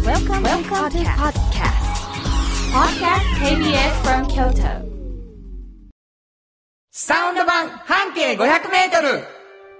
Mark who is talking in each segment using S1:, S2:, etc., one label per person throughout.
S1: Welcome to podcast KBS from Kyoto.
S2: サウンド版半径500メートル。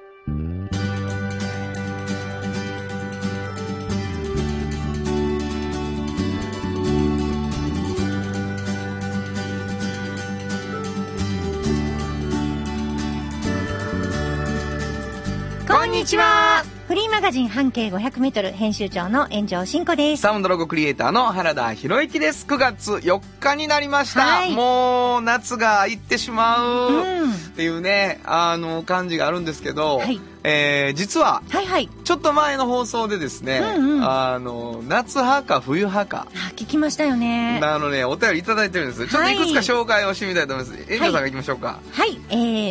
S2: こんにちは。
S3: フリーマガジン半径500メートル編集長の炎上真子です。
S2: サウンドロゴクリエイターの原田博之です。9月4日になりました。
S3: はい、
S2: もう夏が行ってしまうっていうね、感じがあるんですけど、はい、実は、ちょっと前の放送でですね、夏派か冬派か。
S3: 聞きましたよね。
S2: お便りいただいてるんです。ちょっといくつか紹介をしてみたいと思います。炎上さんが行きましょうか。
S3: はい、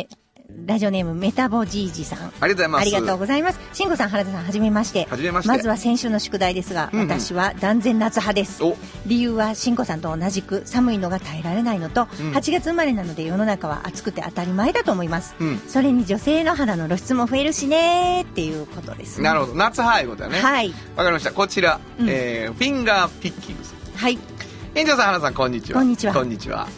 S3: ラジオネームメタボジージさん、あ
S2: りがとうございます。
S3: ありがとうございます。慎吾さん、原田さん、はじめまして。まずは先週の宿題ですが、私は断然夏派です。理由は慎吾さんと同じく寒いのが耐えられないのと、8月生まれなので世の中は暑くて当たり前だと思います。それに女性の肌の露出も増えるしねっていうことですね。
S2: なるほど、夏派いうことだね。はい、わかりました。こちら、フィンガーピッキングス。はい、炎上さん、原田さん、こんにちは。
S3: こんにちは。
S2: こんにちは。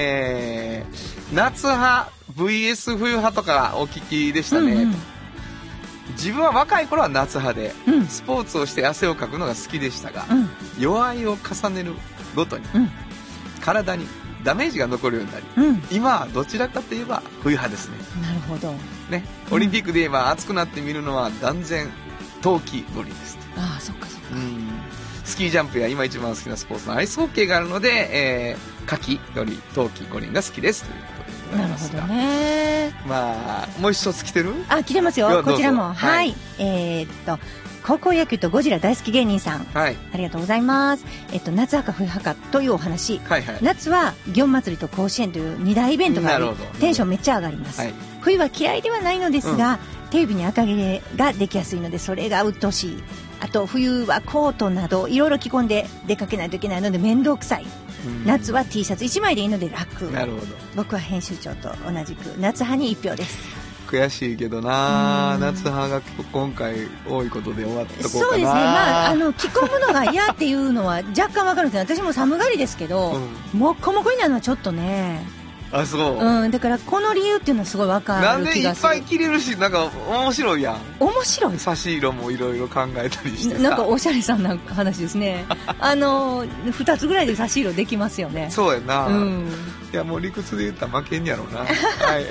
S2: 夏派 VS 冬派とかお聞きでしたね。自分は若い頃は夏派で、スポーツをして汗をかくのが好きでしたが、弱いを重ねるごとに、体にダメージが残るようになり、今はどちらかといえば冬派ですね。
S3: なるほど
S2: ね。オリンピックで言えば暑くなって見るのは断然冬季五輪です。
S3: ああ、そっかそっか。
S2: スキージャンプや今一番好きなスポーツのアイスホッケーがあるので、夏季より冬季五輪が好きですということでございますが。
S3: なるほどね。
S2: まあ、もう一つ来てる？
S3: 来てますよ。こちらも。はい。高校野球とゴジラ大好き芸人さん。はい。ありがとうございます。夏派か冬派かというお話。はいはい。夏は祇園祭りと甲子園という2大イベントがあり、テンションめっちゃ上がります。はい。冬は嫌いではないのですが、手指に赤毛ができやすいので、それが鬱陶しい。あと冬はコートなどいろいろ着込んで出かけないといけないので面倒くさい。夏は T シャツ1枚でいいので楽。なるほど。僕は編集長と同じく夏派に1票です。
S2: 悔しいけどな、夏派が今回多いことで終わっとこうかな。
S3: そうですね。まあ着込むのが嫌っていうのは若干わかるんですけど、私も寒がりですけど、もっこもこになるのはちょっとね。
S2: あ、そう。
S3: だからこの理由っていうのはすごいわかる気がする。
S2: なんでいっぱい着れるし、なんか面白いやん。
S3: 面白い。
S2: 差し色もいろいろ考えたりしてさ。
S3: なんかおしゃれさんな話ですね。2つぐらいで差し色できますよね。
S2: そうやな。いや、もう理屈で言ったら負けんやろうな。はい。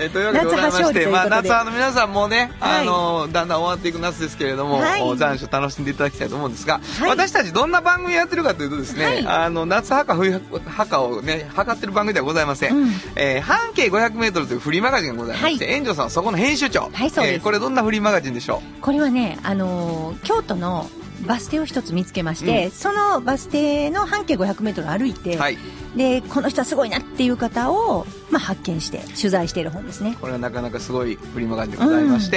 S2: というわけでございまして、まあ夏派の皆さんもね、だんだん終わっていく夏ですけれども、残暑楽しんでいただきたいと思うんですが、私たちどんな番組やってるかというとですね、夏派か冬派かをね、測ってる番組ではございません。半径500メートルというフリーマガジンがございまして、炎上さんはそこの編集長。はい、そうです。これどんなフリーマガジンでしょう？
S3: これはね、京都のバス停を一つ見つけまして、そのバス停の半径500メートル歩いて、でこの人はすごいなっていう方を、発見して取材している本ですね。
S2: これはなかなかすごいフリーマガジンでございまして、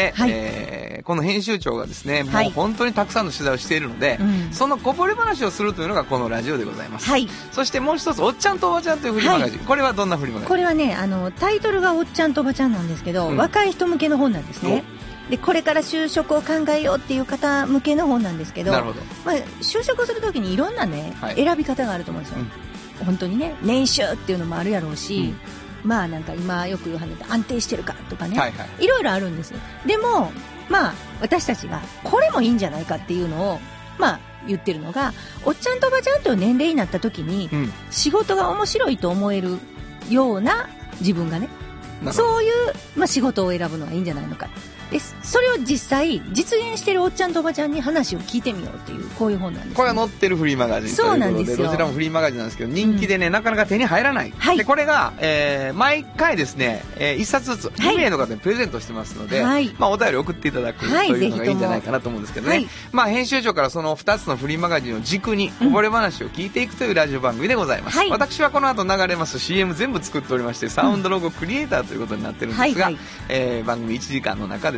S2: この編集長がですね、もう本当にたくさんの取材をしているので、そのこぼれ話をするというのがこのラジオでございます。そしてもう一つ、おっちゃんとおばちゃんというフリーマガジン、これはどんなフリーマガジン？こ
S3: れはね、タイトルがおっちゃんとおばちゃんなんですけど、若い人向けの本なんですね。でこれから就職を考えようっていう方向けの本なんですけど、就職するときにいろんなね、選び方があると思うんですよ。本当にね、年収っていうのもあるやろうし、なんか今よく言う話で安定してるかとかね、いろいろあるんです。でも私たちがこれもいいんじゃないかっていうのを言ってるのが、おっちゃんとおばちゃんという年齢になった時に、仕事が面白いと思えるような自分がね、そういう、仕事を選ぶのがいいんじゃないのか。でそれを実際実現してるおっちゃんとおばちゃんに話を聞いてみようっていう、こういう本なんです、ね、
S2: これは載ってるフリーマガジンということで、そうなんですよ。どちらもフリーマガジンなんですけど、人気でね、なかなか手に入らない、でこれが、毎回ですね、1冊ずつ2名の方にプレゼントしてますので、お便り送っていただくというのがいいんじゃないかなと思うんですけどね、編集長からその2つのフリーマガジンを軸にこぼれ話を聞いていくというラジオ番組でございます。私はこの後流れます CM 全部作っておりまして、サウンドロゴクリエイターということになってるんですが、番組1時間の中で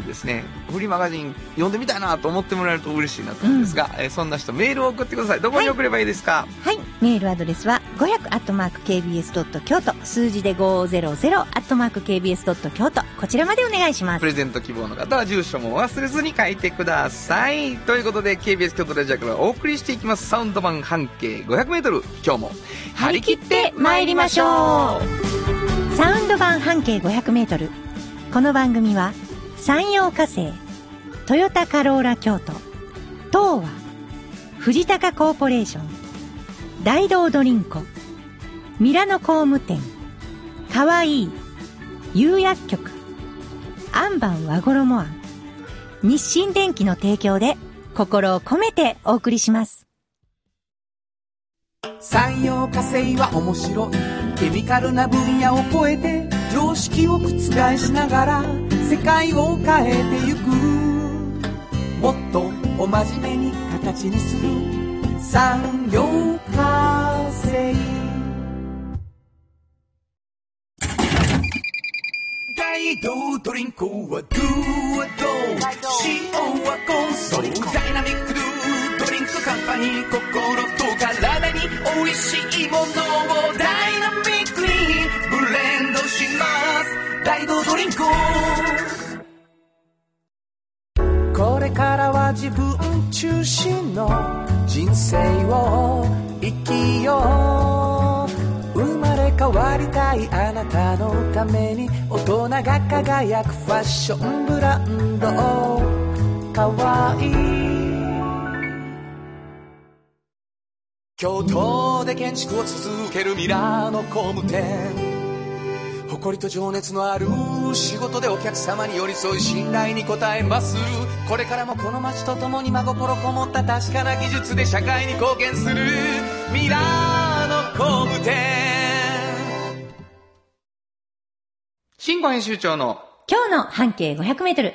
S2: でですね、フリーマガジン読んでみたいなと思ってもらえると嬉しいなと思うんですが、そんな人メールを送ってください。どこに送ればいいですか？
S3: はい、メールアドレスは500@kbs.kyoto、数字で500@kbs.kyoto、こちらまでお願いします。
S2: プレゼント希望の方は住所も忘れずに書いてください。ということで KBS 京都ラジオからお送りしていきますサウンド版半径 500m、 今日も張り切って参りましょう。
S3: サウンド版半径 500m、 この番組は山陽火星、トヨタカローラ京都、東和、藤高コーポレーション、大道ドリンコ、ミラノ工務店、かわいい、釉薬局、アンバン和衣庵、日清電機の提供で心を込めてお送りします。
S4: 産業化成は面白い。ケミカルな分野を超えて常識を覆しながら世界を変えてゆく。もっとお真面目に形にする産業化成。大道ドリンクはドゥはドゥ、塩はコンソー、ダイナミックドゥドリンクカンパニー、心と体においしいものをダイナミックにブレンドします。大道ドリンク。これからは自分中心の人生を生きよう。生まれ変わりたいあなたのために大人が輝くファッションブランド、かわいい。京都で建築を続けるミラノ工務店、誇りと情熱のある仕事でお客様に寄り添い信頼に応えます。これからもこの街とともに真心こもった確かな技術で社会に貢献するミラノ工務店。
S2: 新語編集長の
S3: 今日の半径 500m。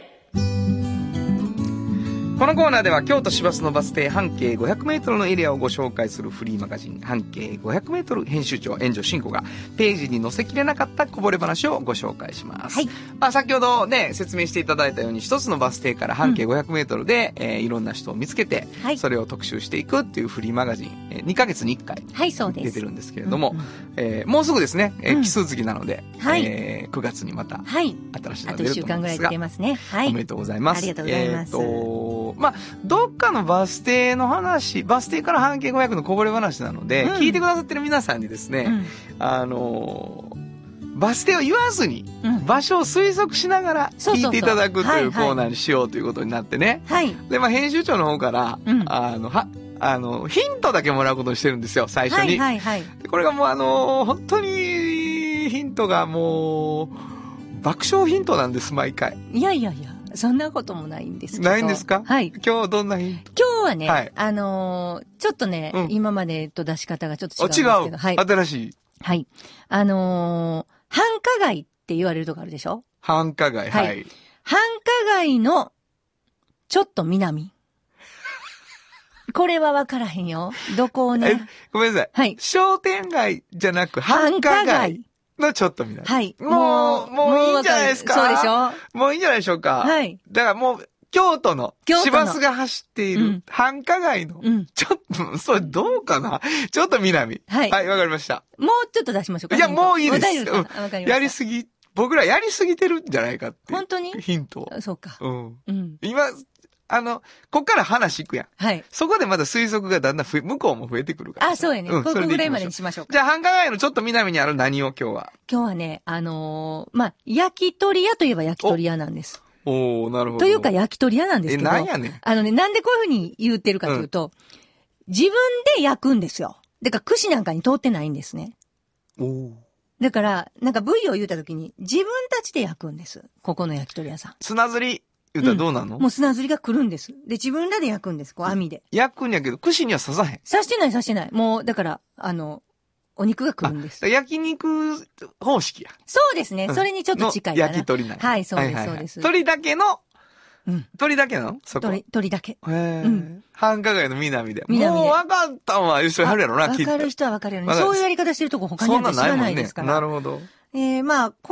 S2: このコーナーでは京都市バスのバス停半径 500m のエリアをご紹介するフリーマガジン半径 500m 編集長円城真子がページに載せきれなかったこぼれ話をご紹介します。はい、先ほどね説明していただいたように一つのバス停から半径 500m で、いろんな人を見つけて、それを特集していくっていうフリーマガジン、2ヶ月に1回出てるんですけれども、もうすぐですね、奇数月なので、9月にまた新しいのが出ると思うんですが、あと1週間ぐらい
S3: 出ますね。
S2: おめでとうございます。
S3: ありがとうございます。
S2: どっかのバス停の話、バス停から半径500のこぼれ話なので、聞いてくださってる皆さんにですね、バス停を言わずに、場所を推測しながら聞いていただくというコーナーにしようということになってね。で、編集長の方から、ヒントだけもらうことにしてるんですよ、最初に。でこれがもう本当にヒントがもう、爆笑ヒントなんです、毎回。
S3: いやいやいや。そんなこともないんですけど。
S2: ないんですか？
S3: はい。
S2: 今日どんなヒント？
S3: 今日はね、ちょっとね、今までと出し方がちょっと違うんですけど。
S2: 違う。新しい。
S3: はい。繁華街って言われるとこあるでしょ？
S2: 繁華街、はい。
S3: 繁華街のちょっと南。これは分からへんよ。どこをね。
S2: ごめんなさい。
S3: はい。
S2: 商店街じゃなく繁華街。のちょっと南。
S3: はい。
S2: もういいんじゃないですか？
S3: そうでしょ？
S2: もういいんじゃないでしょうか？はい。だからもう、京都の市バスが走っている繁華街の、ちょっと、それどうかな？ちょっと南。はい。はい、わかりました。
S3: もうちょっと出しましょうか。
S2: いや、もういいです。
S3: 大丈夫ですか？わかりました。
S2: やりすぎ、僕らやりすぎてるんじゃないかって。
S3: 本当に？
S2: ヒント。
S3: そうか。
S2: 今、こっから話いくやん。
S3: はい。
S2: そこでまだ推測がだんだん向こうも増えてくるから。
S3: あ、そうやね。ここぐらいまでにしましょうか。
S2: じゃあ、繁華街のちょっと南にある何を今日は？
S3: 今日はね、焼き鳥屋といえば焼き鳥屋なんです。
S2: なるほど。
S3: というか焼き鳥屋なんですけど。
S2: なんやねん。
S3: なんでこういうふうに言ってるかというと、自分で焼くんですよ。だから串なんかに通ってないんですね。だから、なんか部位を言うたときに、自分たちで焼くんです。ここの焼き鳥屋さん。
S2: 砂ずり。言うたらどうなの？
S3: もう砂ずりが来るんです。で、自分らで焼くんです。こう網で。
S2: 焼くんやけど、串には刺さへん。
S3: 刺してない。もう、だから、お肉が来るんです。
S2: 焼肉方式や。
S3: そうですね。それにちょっと近いかな。
S2: 焼き鳥なんや。
S3: はい、そうです、そうです。
S2: 鳥だけの、鳥だけなの？そこ。
S3: 鳥だけ。
S2: 繁華街の南で。もう分かったわ。一緒にあるやろな、
S3: 分かる人は分かるよね。そういうやり方してるとこ他には知らないですから。
S2: なるほど。
S3: この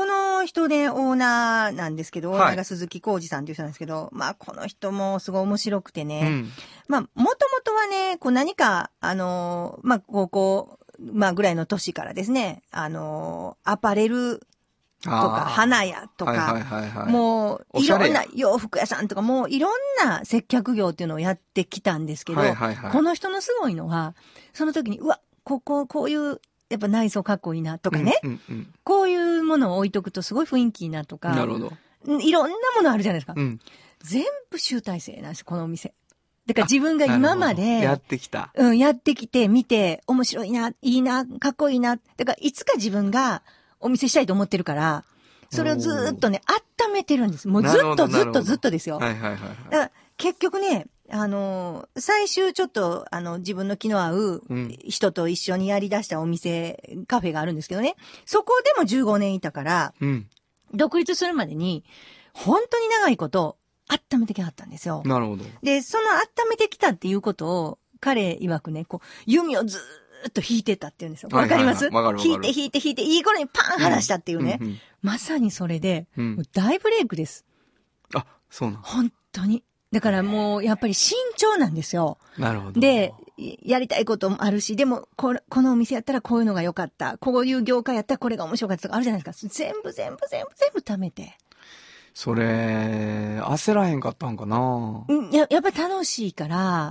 S3: の人ね、オーナーなんですけど、オーナーが鈴木浩二さんという人なんですけど、まあ、この人もすごい面白くてね、まあ、もともとはね、こう何か、まあ、高校、まあ、ぐらいの年からですね、アパレルとか、花屋とか、もう、いろんな洋服屋さんとか、もういろんな接客業っていうのをやってきたんですけど、この人のすごいのは、その時に、うわ、こういう、やっぱ内装かっこいいなとかね、こういうものを置いとくとすごい雰囲気いいなとか、
S2: なるほど。
S3: いろんなものあるじゃないですか。全部集大成なんですよ、このお店。だから自分が今まで、
S2: やってきた。
S3: やってきて、見て、面白いな、いいな、かっこいいな。だからいつか自分がお見せしたいと思ってるから、それをずーっとね、温めてるんです。もうずっとですよ。だから結局ね、最終ちょっと、自分の気の合う人と一緒にやり出したお店、カフェがあるんですけどね。そこでも15年いたから、独立するまでに、本当に長いこと温めてきはったんですよ。
S2: なるほど。
S3: で、その温めてきたっていうことを、彼曰くね、こう、弓をずーっと引いてたって言うんですよ。わかります？引いて、いい頃にパーン離したっていうね。まさにそれで、もう大ブレイクです。
S2: あ、そうなん。
S3: 本当に。だからもう、やっぱり慎重なんですよ。
S2: なるほど。
S3: で、やりたいこともあるし、でも、このお店やったらこういうのが良かった。こういう業界やったらこれが面白かったとかあるじゃないですか。全部貯めて。
S2: それ、焦らへんかったんかな？
S3: やっぱ楽しいから、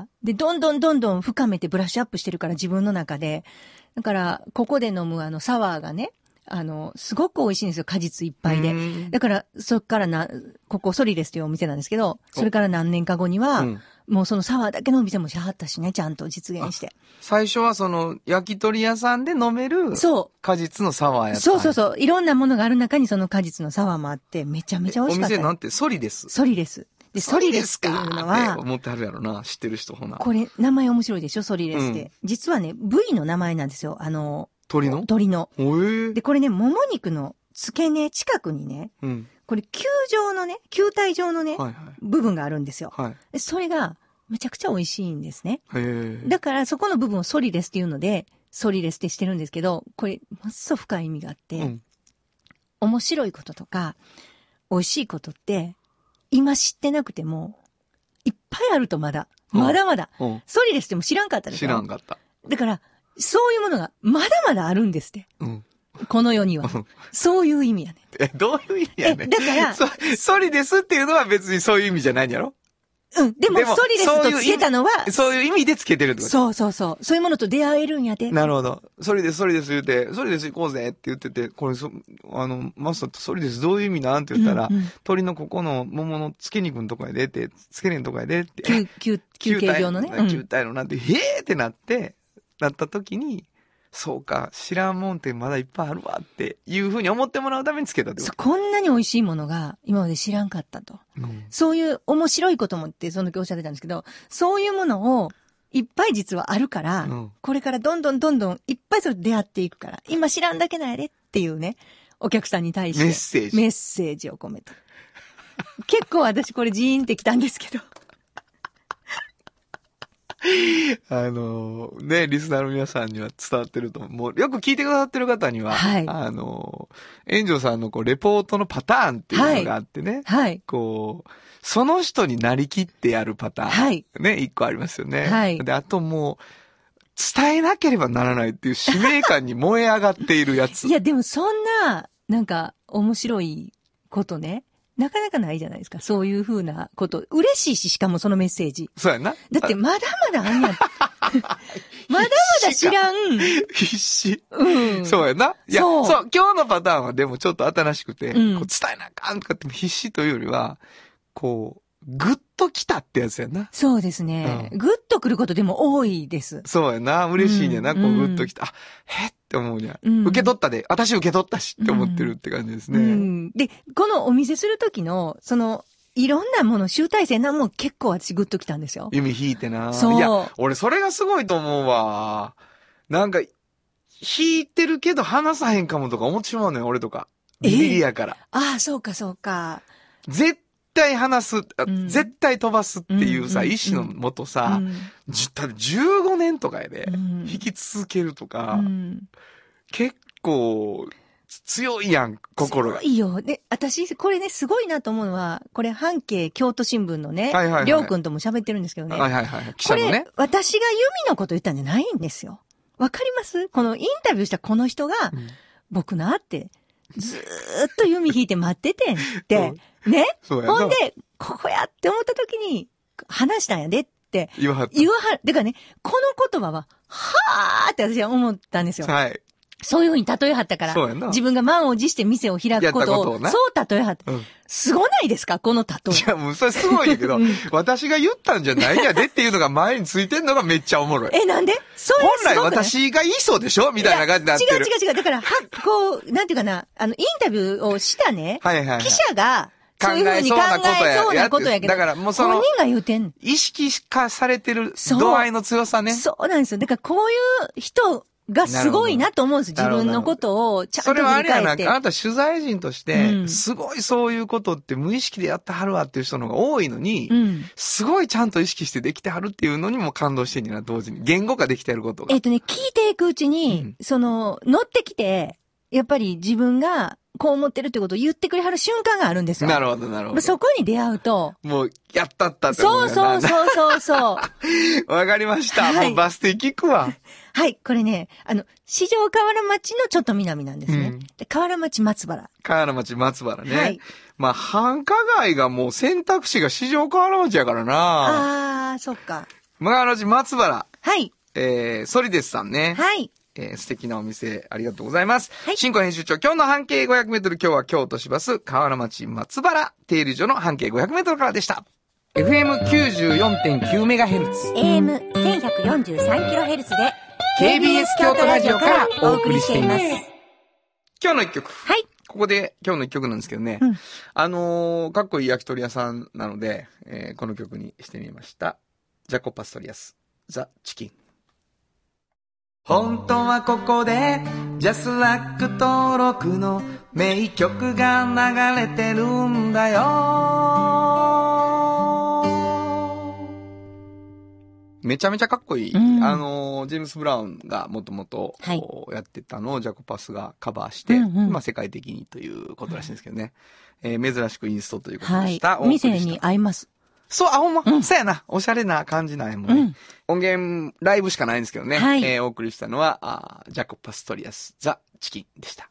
S3: で、どんどん深めてブラッシュアップしてるから自分の中で。だから、ここで飲むサワーがね、すごく美味しいんですよ、果実いっぱいで。だから、そっからここソリレスというお店なんですけど、それから何年か後には、もうそのサワーだけのお店もしはったしね、ちゃんと実現して。
S2: 最初はその、焼き鳥屋さんで飲める、果実のサワーやった。
S3: そう。いろんなものがある中にその果実のサワーもあって、めちゃめちゃ美味しかった。
S2: お店なんてソリレス。
S3: で、ソリレスっていうのは、
S2: 思ってはるやろな、知ってる人ほな。
S3: これ、名前面白いでしょ、ソリレスって。実はね、部位の名前なんですよ。鳥の。で、これね、もも肉の付け根近くにね、これ球体状のね、部分があるんですよ。それがめちゃくちゃ美味しいんですね。だからそこの部分をソリレスっていうので、ソリレスってしてるんですけど、これ、もっそ深い意味があって、面白いこととか、美味しいことって、今知ってなくても、いっぱいあるとまだ。ソリレスっても知らんかったでしょ？
S2: 知らんかった。
S3: だから、そういうものがまだまだあるんですって。この世には。そういう意味やね。
S2: どういう意味やね。
S3: だから、
S2: ソリレスっていうのは別にそういう意味じゃないんやろ？
S3: でもソリレスとつけたのは、
S2: そういう意味でつけてるってこと？
S3: そう。そういうものと出会えるんやで。
S2: なるほど。ソリレス言うて、ソリレス行こうぜって言ってて、これマスターとソリレスどういう意味なんって言ったら、鳥のここの桃の付け肉のとこやでって、付け根のとこやでって。
S3: 球形状のね。
S2: 球体のなんて、へーってなった時に、そうか、知らんもんってまだいっぱいあるわっていうふうに思ってもらうためにつけたってこと。
S3: こんなに美味しいものが今まで知らんかったと。そういう面白いこともってその時おっしゃってたんですけど、そういうものをいっぱい実はあるから、これからどんどんいっぱいそれ出会っていくから、今知らんだけなんやでっていうね、お客さんに対してメッセージを込めて。結構私これジーンってきたんですけど。
S2: リスナーの皆さんには伝わってると思う。もうよく聞いてくださってる方には、炎上さんのレポートのパターンっていうのがあってね。その人になりきってやるパターン。ね、一個ありますよね。で、あともう、伝えなければならないっていう使命感に燃え上がっているやつ。
S3: いや、でもそんな、面白いことね。なかなかないじゃないですか。そういうふうなこと。嬉しいし、しかもそのメッセージ。
S2: そうやな。
S3: だってまだまだあんやん。まだ知らん。
S2: 必死。そうやな。いや、そう、今日のパターンはでもちょっと新しくて、伝えなあかんとかって必死というよりは、ぐっと来たってやつやな。
S3: そうですね。ぐっと来ることでも多いです。
S2: そうやな。嬉しいねんな。ぐっと来た。って思うにゃ。受け取ったで。私受け取ったしって思ってるって感じですね。
S3: で、このお見せするときの、いろんなもの、集大成なもん結構私グッときたんですよ。
S2: 弓引いてな。
S3: そう。
S2: いや、俺それがすごいと思うわ。引いてるけど話さへんかもとか思ってしまうのよ、俺とか。ビビリやから。
S3: ああ、そうか。
S2: 絶対話す、絶対飛ばすっていうさ、意志のもとさ、ただ15年とかやで、引き続けるとか、結構強いやん、心が。
S3: 強いよ。で、私、これね、すごいなと思うのは、これ、半径京都新聞のね、りょうくんとも喋ってるんですけどね。
S2: はいはいはい。記者のね。
S3: これ、私がユミのこと言ったんじゃないんですよ。わかります？このインタビューしたこの人が、僕なって、ずーっと弓引いて待っててんって、ね。ほんで、ここやって思った時に、話したんやでって言わはった。だからね、この言葉は、はーって私は思ったんですよ。はい。そういう風に例えはったから、自分が満を持して店を開くことを、そう例えはった。すごないですかこの例え。
S2: いや、もうそれすごいんやけど、私が言ったんじゃないやでっていうのが前についてんのがめっちゃおもろい。
S3: なんで
S2: 本来私が言いそうでしょみたいな感じになってる。
S3: 違う。だから、こう、なんていうかな、インタビューをしたね、記者が、そういう風に考えそうなことやけど、
S2: だからもうその、
S3: 本人が言うてん。
S2: 意識化されてる度合いの強さね。
S3: そうなんですよ。だからこういう人、がすごいなと思うんです。自分のことをちゃんと振り返って。それはあれやな、
S2: あなた取材人として、すごいそういうことって無意識でやってはるわっていう人の方が多いのに、すごいちゃんと意識してできてはるっていうのにも感動してんねんな、同時に。言語化できてることが。
S3: 聞いていくうちに、乗ってきて、やっぱり自分が、こう思ってるってことを言ってくれはる瞬間があるんですよ。
S2: なるほど。
S3: そこに出会うと。
S2: もう、やったって思
S3: う。そう。
S2: わかりました。もうバス停聞くわ。
S3: はい、これね、四条河原町のちょっと南なんですね。で河原町松原。
S2: 河原町松原ね。はい。まあ、繁華街がもう選択肢が四条河原町やからな。
S3: そっか。
S2: 河原町松原。
S3: はい。
S2: ソリデスさんね。
S3: はい。
S2: 素敵なお店、ありがとうございます。はい。新庫編集長、今日の半径500メートル、今日は京都市バス、河原町松原停留所の半径500メートルからでした。FM94.9 メガヘルツ。
S3: AM1143 キロヘルツで、
S2: KBS 京都ラジオからお送りしています。今日の一曲。
S3: はい。
S2: ここで今日の一曲なんですけどね。かっこいい焼き鳥屋さんなので、この曲にしてみました。ジャコパストリアス、ザ・チキン。本当はここでジャスラック登録の名曲が流れてるんだよ。めちゃめちゃかっこいい。ジェームス・ブラウンがもともとやってたのをジャコパスがカバーして、まあ世界的にということらしいんですけどね。珍しくインストということでした。
S3: はい、店に合います。
S2: そう、ほんま、そうやな。おしゃれな感じなんやもんね。音源、ライブしかないんですけどね。はい。お送りしたのは、ジャコパストリアス、ザ・チキンでした。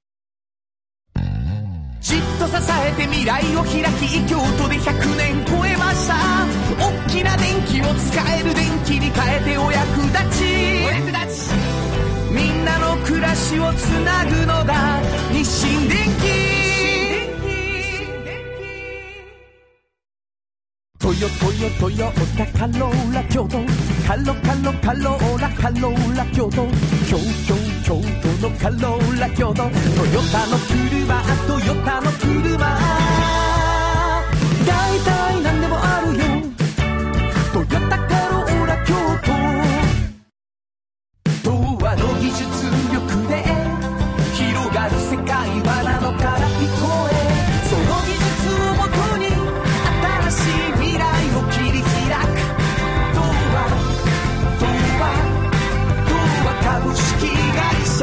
S4: じっと支えて未来を開き、京都で100年超えました。大きな電気を使える電気に変えてお役立ち。みんなの暮らしをつなぐのだ。日清電気。トヨタカローラ京都、カローラ京都、京都のカローラ京都、トヨタの車、大体何でもあるよ、トヨタカローラ京都。童話の技術力で広がる世界はなのから聞こえ、その技術をもとに新しい未来を切り開く。東和株式会社。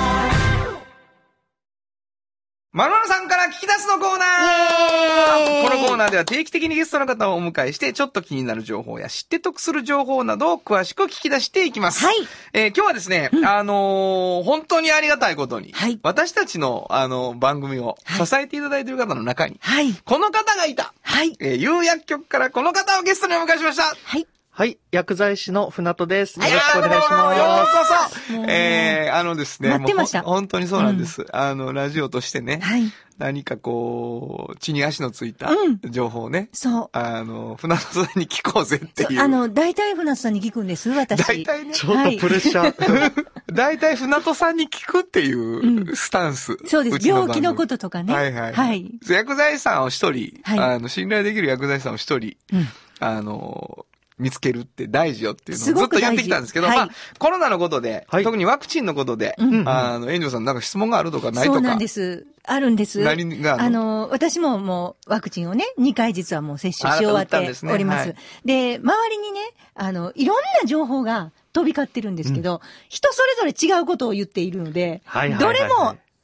S2: 丸々さんから聞き出すのコーナー。このコーナーでは定期的にゲストの方をお迎えして、ちょっと気になる情報や知って得する情報などを詳しく聞き出していきます。
S3: はい。
S2: 今日はですね、本当にありがたいことに、はい、私たちの番組を支えていただいている方の中に、はい、この方がいた。はい。有薬局からこの方をゲストにお迎えしました。
S5: はい。はい。薬剤師の船戸です。よろしくお願いします。
S2: ようこそ。ですね。
S3: 待ってました。
S2: 本当にそうなんです。ラジオとしてね。はい。何かこう、地に足のついた情報をね。そう。船戸さんに聞こうぜっていう。
S3: 大体船戸さんに聞くんです、私。
S2: 大体ね。
S5: ちょっとプレッシャー。
S2: 大体船戸さんに聞くっていうスタンス。
S3: そうです。病気のこととかね。
S2: はいはい。はい。薬剤師さんを一人、信頼できる薬剤師さんを一人、見つけるって大事よっていうのをずっと言ってきたんですけど、まあ、コロナのことで、特にワクチンのことで、炎上さんなんか質問があるとかないとか。
S3: そうなんです。あるんです。
S2: 何が
S3: 私ももうワクチンをね、2回実はもう接種し終わっております。で、周りにね、いろんな情報が飛び交ってるんですけど、人それぞれ違うことを言っているので、どれも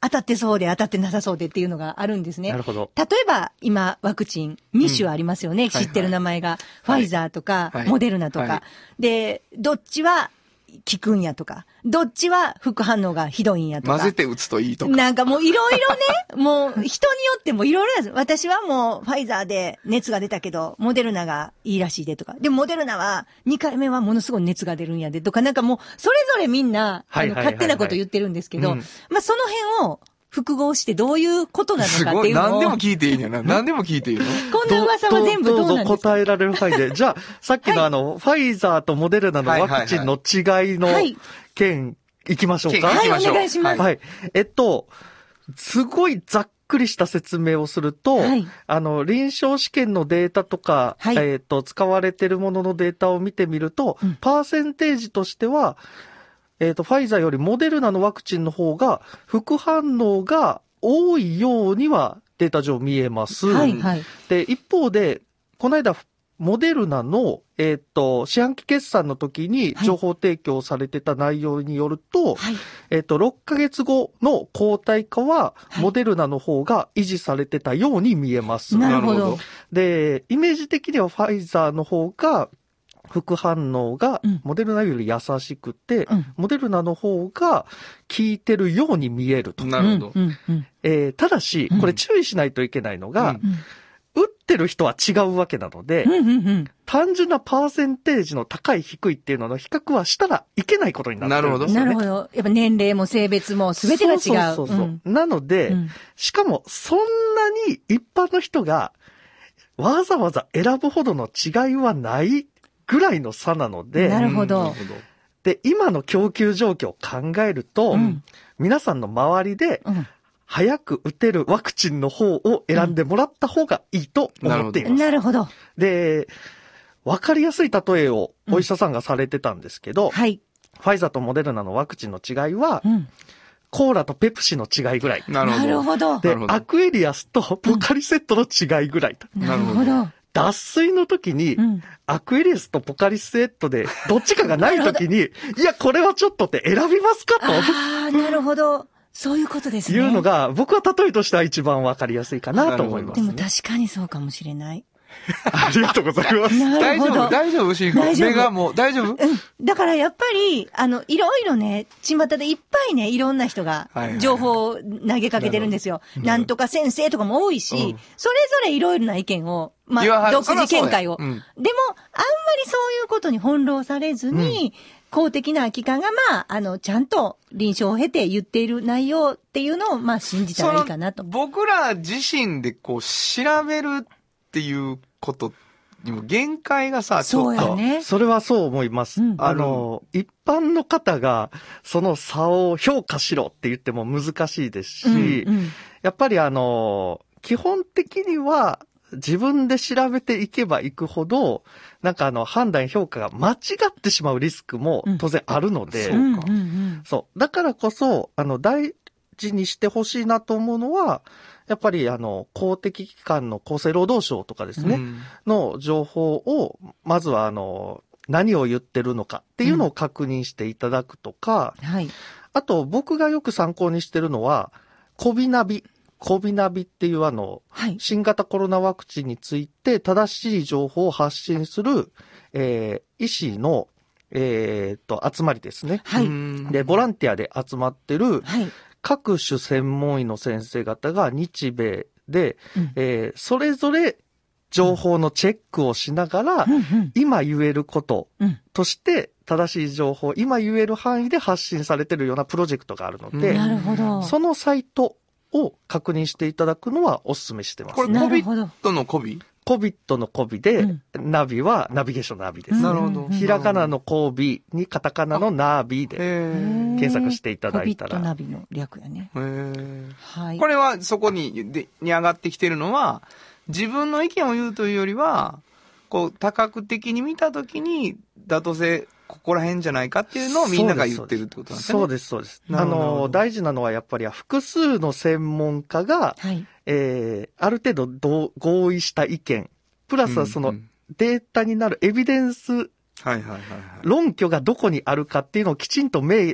S3: 当たってそうで当たってなさそうでっていうのがあるんですね。
S5: なるほど。
S3: 例えば、今、ワクチン2種ありますよね。知ってる名前が。ファイザーとか、モデルナとか。で、どっちは効くんやとか、どっちは副反応がひどいんやとか。
S2: 混ぜて打つといいとか。
S3: なんかもういろいろね、もう人によってもいろいろなんです。私はもうファイザーで熱が出たけど、モデルナがいいらしいでとか。でもモデルナは2回目はものすごい熱が出るんやでとか、なんかもうそれぞれみんな、勝手なこと言ってるんですけど、まあその辺を、複合してどういうことなのかっていうのを。すごい。
S2: 何でも聞いていいんやな。何でも聞いていいの
S3: こんな噂は全部どうなんですか？
S5: どうぞ答えられる範囲で。じゃあ、さっきのファイザーとモデルナのワクチンの違いの件、いきましょうか。
S3: はい、お願いします。
S5: はい。すごいざっくりした説明をすると、臨床試験のデータとか、使われているもののデータを見てみると、パーセンテージとしては、ファイザーよりモデルナのワクチンの方が副反応が多いようにはデータ上見えます。で、一方で、この間、モデルナの、四半期決算の時に情報提供されてた内容によると、6ヶ月後の抗体価は、モデルナの方が維持されてたように見えます。
S3: なるほど。
S5: で、イメージ的にはファイザーの方が、副反応がモデルナより優しくて、モデルナの方が効いてるように見えると。
S2: なるほど。
S5: ただし、これ注意しないといけないのが、打ってる人は違うわけなので、単純なパーセンテージの高い低いっていうのの比較はしたらいけないことになってるんですよね。
S3: なるほど。やっぱ年齢も性別も全てが違う。
S5: そう。なので、しかもそんなに一般の人がわざわざ選ぶほどの違いはないぐらいの差なので。
S3: なるほど。
S5: で、今の供給状況を考えると、皆さんの周りで、早く打てるワクチンの方を選んでもらった方がいいと思っています。
S3: なるほど。
S5: で、わかりやすい例えをお医者さんがされてたんですけど、ファイザーとモデルナのワクチンの違いは、コーラとペプシの違いぐらい。
S3: なるほど。
S5: で、アクエリアスとポカリセットの違いぐらいと。
S3: なるほど。
S5: 脱水の時に、アクエリアスとポカリセットで、どっちかがない時に、いや、これはちょっとって選びますかと。
S3: なるほど。そういうことですね。
S5: いうのが、僕は例えとしては一番わかりやすいかなと思います、ね。
S3: でも確かにそうかもしれない。
S5: ありがとうございます。
S2: 大丈夫シー君。目がもう大丈夫？
S3: だからやっぱり、いろいろね、巷でいっぱいね、いろんな人が情報を投げかけてるんですよ。なんとか先生とかも多いし、それぞれいろいろな意見を、独自見解を。でも、あんまりそういうことに翻弄されずに、公的な機関がちゃんと臨床を経て言っている内容っていうのを、信じたらいいかなと。
S2: 僕ら自身でこう、調べるっていうことにも限界がさ、ちょっと。
S3: そうやね。
S5: それはそう思います。一般の方がその差を評価しろって言っても難しいですし、やっぱり基本的には自分で調べていけばいくほど、なんか判断評価が間違ってしまうリスクも当然あるので、そう。だからこそ、大事にしてほしいなと思うのは、やっぱり公的機関の厚生労働省とかですね、の情報を、まずは何を言ってるのかっていうのを確認していただくとか、あと僕がよく参考にしてるのは、コビナビっていう新型コロナワクチンについて正しい情報を発信する、医師の、集まりですね。で、ボランティアで集まってる、各種専門医の先生方が日米で、それぞれ情報のチェックをしながら、今言えることとして、正しい情報、今言える範囲で発信されてるようなプロジェクトがあるので、そのサイトを確認していただくのはお勧めしてます。
S2: これ COVID のコビ？
S5: COVID のコビで、ナビはナビゲーションナビです。
S2: なるほど。
S5: ひらがなのコビにカタカナのナビで検索していただいたら。
S3: COVID ナビの略やね。
S2: これはそこに上がってきてるのは、自分の意見を言うというよりは、こう多角的に見たときに妥当性、ここら辺じゃないかっていうのをみんなが言ってるってことなんですね。
S5: そうです、そうです。大事なのはやっぱり複数の専門家が、ある程度合意した意見、プラスはそのデータになるエビデンス、論拠がどこにあるかっていうのをきちんと明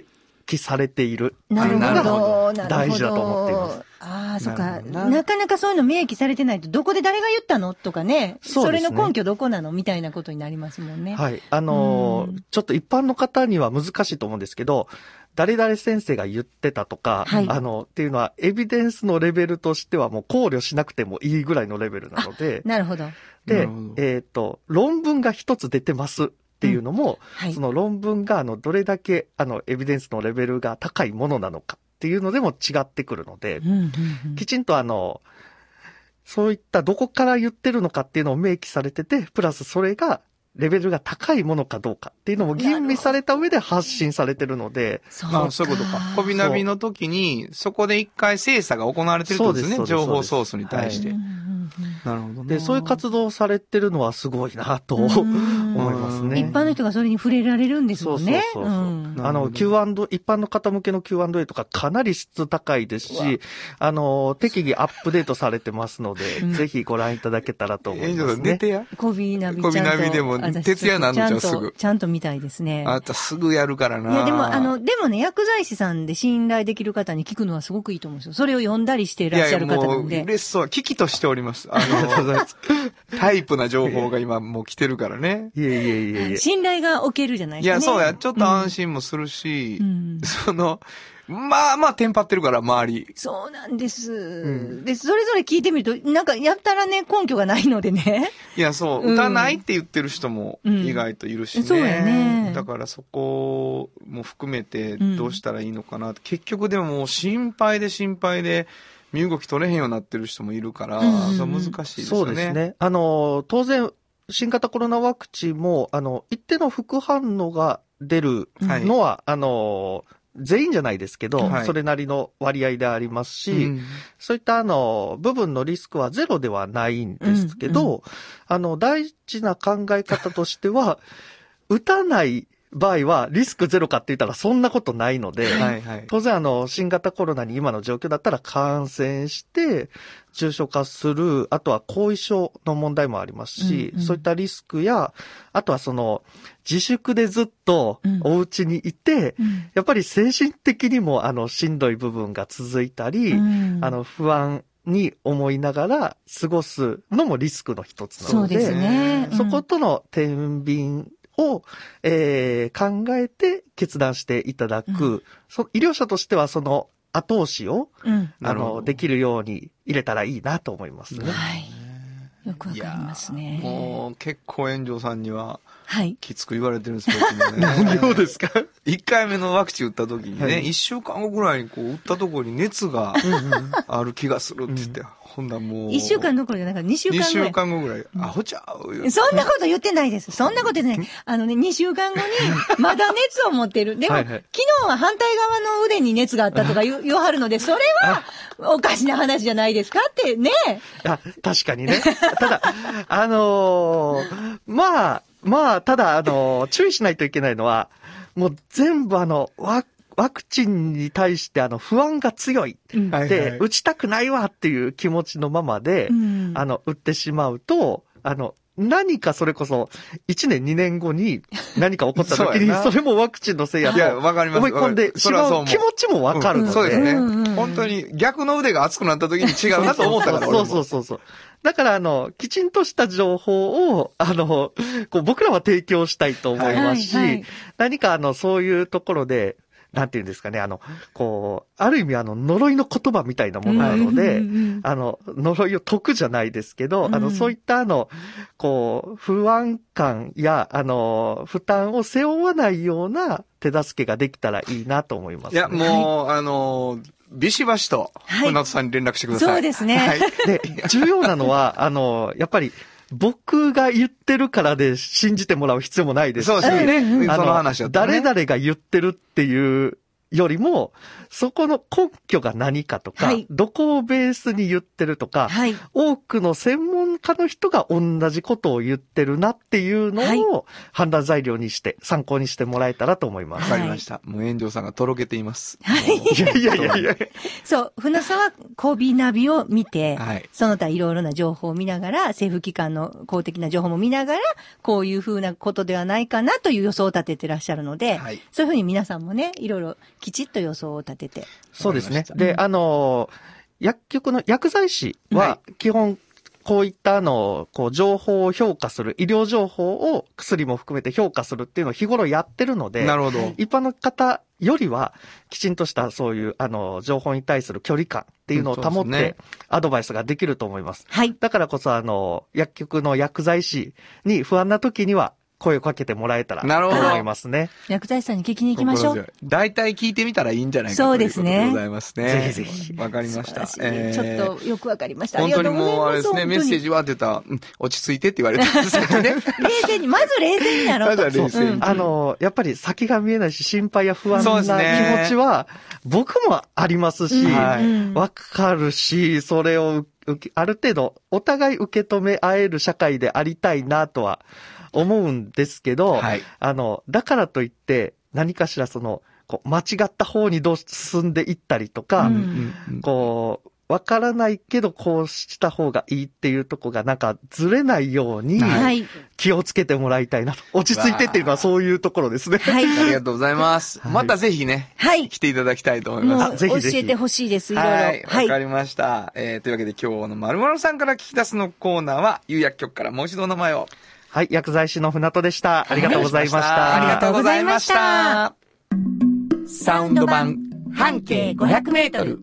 S5: 記されている。
S3: なるほど。
S5: 大事だと思っています。
S3: ああ、そっか。なかなかそういうの明記されてないと、どこで誰が言ったのとかね。それの根拠どこなのみたいなことになりますもんね。
S5: はい。ちょっと一般の方には難しいと思うんですけど、誰々先生が言ってたとか、はい、っていうのは、エビデンスのレベルとしてはもう考慮しなくてもいいぐらいのレベルなので。
S3: なるほど。
S5: で、論文が一つ出てますっていうのも、はい、その論文がどれだけエビデンスのレベルが高いものなのかっていうのでも違ってくるので、きちんとそういったどこから言ってるのかっていうのを明記されてて、プラスそれがレベルが高いものかどうかっていうのも吟味された上で発信されてるので。
S2: そういうことか。コビナビの時に、そこで一回精査が行われてるってことですね。情報ソースに対して。はい、なるほどね。
S5: で、そういう活動をされてるのはすごいなと思いますね。
S3: 一般の人がそれに触れられるんですもんね。
S5: そう。一般の方向けの Q&A とかかなり質高いですし、適宜アップデートされてますので、ぜひご覧いただけたらと思いますね。
S2: 出てや。
S3: コビナビ
S2: でも、徹夜なんのじゃすぐ。
S3: ちゃんと見たいですね。
S2: あとすぐやるからな。
S3: いや、でもね、薬剤師さんで信頼できる方に聞くのはすごくいいと思うんですよ。それを読んだりしていらっしゃる方なんで。いや、もう嬉
S2: しそう。危機としております。タイプな情報が今もう来てるからね。
S5: いえ。
S3: 信頼が置けるじゃないですか、ね。
S2: いや、そうや。ちょっと安心もするし、まあ、テンパってるから、周り。
S3: そうなんです。で、それぞれ聞いてみると、なんか、やったらね、根拠がないのでね。
S2: いや、そう、打たないって言ってる人も意外といるしね。
S3: そうやね。
S2: だからそこも含めて、どうしたらいいのかなって。結局でももう心配で、身動き取れへんようになってる人もいるから、それ難しいですよね。
S5: そうですね。当然、新型コロナワクチンも、一定の副反応が出るのは、全員じゃないですけど、それなりの割合でありますし、そういった部分のリスクはゼロではないんですけど、大事な考え方としては、打たない場合はリスクゼロかって言ったらそんなことないので、当然新型コロナに今の状況だったら感染して重症化する、あとは後遺症の問題もありますし、そういったリスクや、あとは自粛でずっとお家にいて、やっぱり精神的にもしんどい部分が続いたり、不安に思いながら過ごすのもリスクの一つなので、
S3: そうですね。
S5: そことの天秤を、考えて決断していただく、医療者としてはその後押しを、できるように入れたらいいなと思いますね。
S3: はい。よくわかりますね。
S2: もう結構炎上さんには、
S3: はい。
S2: きつく言われてるんですけどね。
S5: 何をですか
S2: ？1回目のワクチン打った時にね、1週間後ぐらいに打ったところに熱がある気がするって言って、ほんだもう。
S3: 1週間どころじゃなくて2週間ぐらい。
S2: 2週間後ぐらい。アホちゃう。
S3: そんなこと言ってないです。そんなこと言ってない。2週間後に、まだ熱を持ってる。でも、昨日は反対側の腕に熱があったとか言わはるので、それは、おかしな話じゃないですかってね。
S5: 確かにね。ただ、ただ、注意しないといけないのは、もう全部ワクチンに対して不安が強い。で、打ちたくないわっていう気持ちのままで、打ってしまうと、何かそれこそ、1年2年後に何か起こった時に、それもワクチンのせいやと思い込んでしまう気持ちもわかるので。
S2: そうですね。本当に逆の腕が熱くなった時に違うなと思ったから。
S5: そう。だからきちんとした情報を、僕らは提供したいと思いますし、何かそういうところで、なんていうんですかね、ある意味呪いの言葉みたいなものなので、呪いを解くじゃないですけど、そういった不安感や、負担を背負わないような手助けができたらいいなと思います、ね。
S2: いや、もう、ビシバシと、船戸さんに連絡してください。
S3: そうですね。
S5: はい。で、重要なのは、やっぱり、僕が言ってるからで信じてもらう必要もないですし。
S2: そうですね。その話だったね。
S5: 誰々が言ってるっていうよりも、そこの根拠が何かとか、どこをベースに言ってるとか、多くの専門かの人が同じことを言ってるなっていうのを判断材料にして、参考にしてもらえたらと思います。
S2: わかりました。もう炎上さんがとろけています。
S3: はい。
S5: いや。
S3: そう、船さんはコビナビを見て、はい、その他いろいろな情報を見ながら、政府機関の公的な情報も見ながら、こういうふうなことではないかなという予想を立ててらっしゃるので、はい、そういうふうに皆さんもね、いろいろきちっと予想を立てて。
S5: そうですね。で、薬局の薬剤師は、基本、こういった情報を評価する、医療情報を薬も含めて評価するっていうのを日頃やってるので、
S2: なるほど。
S5: 一般の方よりは、きちんとしたそういう、情報に対する距離感っていうのを保って、アドバイスができると思います。
S3: はい。
S5: だからこそ、薬局の薬剤師に不安な時には、声をかけてもらえたらと思いますね。
S3: 薬剤師さんに聞きに行きましょう。
S2: 大体聞いてみたらいいんじゃないかということでございますね。
S5: ぜひぜひ。
S2: わかりました。
S3: ちょっとよくわかりました。
S2: 本当にもうあれですね、メッセージは出た、落ち着いてって言われたんですけどね。
S3: まず冷静になろうと。
S2: まずは冷静に。
S5: やっぱり先が見えないし、心配や不安な気持ちは、僕もありますし、わかるし、それをある程度、お互い受け止め合える社会でありたいなとは、思うんですけど、はい、だからといって、何かしら間違った方に進んでいったりとか、わからないけど、こうした方がいいっていうとこがずれないように、気をつけてもらいたいなと。落ち着いてっていうのはそういうところですね。
S3: はい。
S2: ありがとうございます。またぜひね、来ていただきたいと思います。
S3: ぜひぜひ。教えてほしいです、いろいろ。
S2: はい。わかりました。というわけで今日の〇〇さんから聞き出すのコーナーは、有薬局からもう一度お名前を。
S5: はい、薬剤師の船戸でした。ありがとうございました。
S2: ありがとうございました。
S4: サウンド版半径500メートル。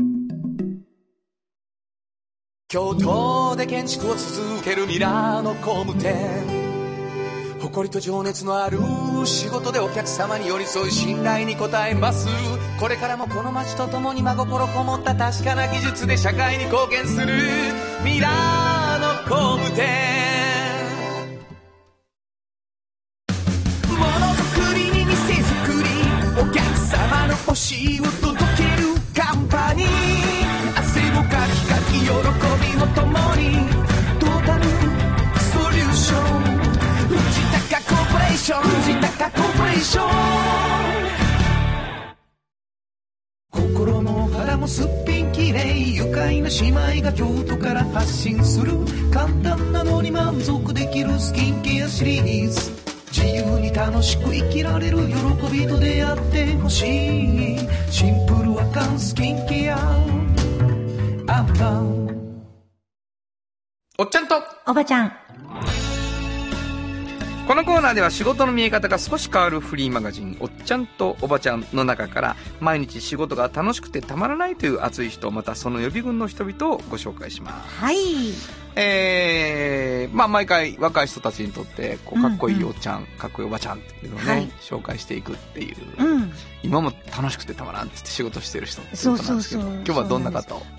S4: 京都で建築を続けるミラーの工務店。誇りと情熱のある仕事でお客様に寄り添い信頼に応えます。これからもこの街とともに真心こもった確かな技術で社会に貢献するミラーの工務店。お客様の欲しいを届けるカンパニー。汗をかきかき喜びを共にトータルソリューション。藤高コーポレーション、藤高コーポレーション。心も肌もすっぴんきれい、愉快な姉妹が京都から発信する簡単なのに満足できるスキンケアシリーズ。自由に楽しく生きられる喜びと出会ってほしい。シンプルアカンスキンケアアンパン。
S2: おっちゃんと
S3: おばちゃん。
S2: このコーナーでは仕事の見え方が少し変わるフリーマガジンおっちゃんとおばちゃんの中から毎日仕事が楽しくてたまらないという熱い人、またその予備軍の人々をご紹介します。
S3: はい。
S2: 毎回若い人たちにとってかっこいいおっちゃん、かっこいいおばちゃんっていうのをね、紹介していくっていう、今も楽しくてたまらんってって仕事してる人っていうことなんですけど、今日はどんな方を？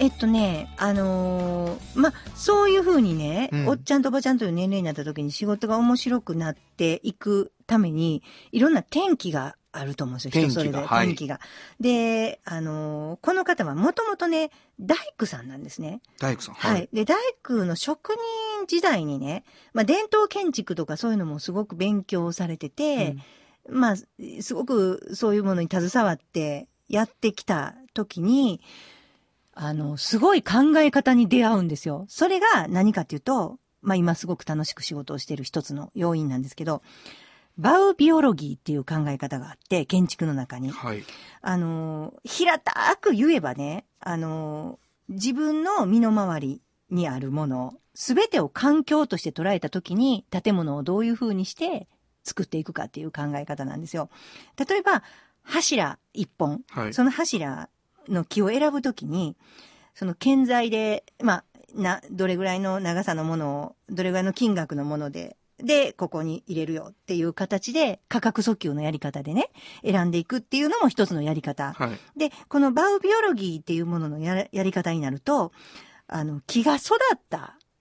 S3: そういう風にね、おっちゃんとおばちゃんという年齢になった時に仕事が面白くなっていくためにいろんな転機があると思うんですよ。人それぞれ転機が。で、この方はもともとね、大工さんなんですね。
S2: 大工さん。
S3: はい。で、大工の職人時代にね、伝統建築とかそういうのもすごく勉強されてて、すごくそういうものに携わってやってきた時に、すごい考え方に出会うんですよ。それが何かっていうと、今すごく楽しく仕事をしている一つの要因なんですけど、バウビオロギーっていう考え方があって、建築の中に。
S2: はい。
S3: 平たく言えばね、自分の身の回りにあるもの、すべてを環境として捉えたときに、建物をどういう風にして作っていくかっていう考え方なんですよ。例えば、柱一本。はい、その柱の木を選ぶときに、その建材で、どれぐらいの長さのものを、どれぐらいの金額のもので、ここに入れるよっていう形で、価格訴求のやり方でね、選んでいくっていうのも一つのやり方。
S2: はい、
S3: で、このバウビオロギーっていうもののやり方になると、木が育った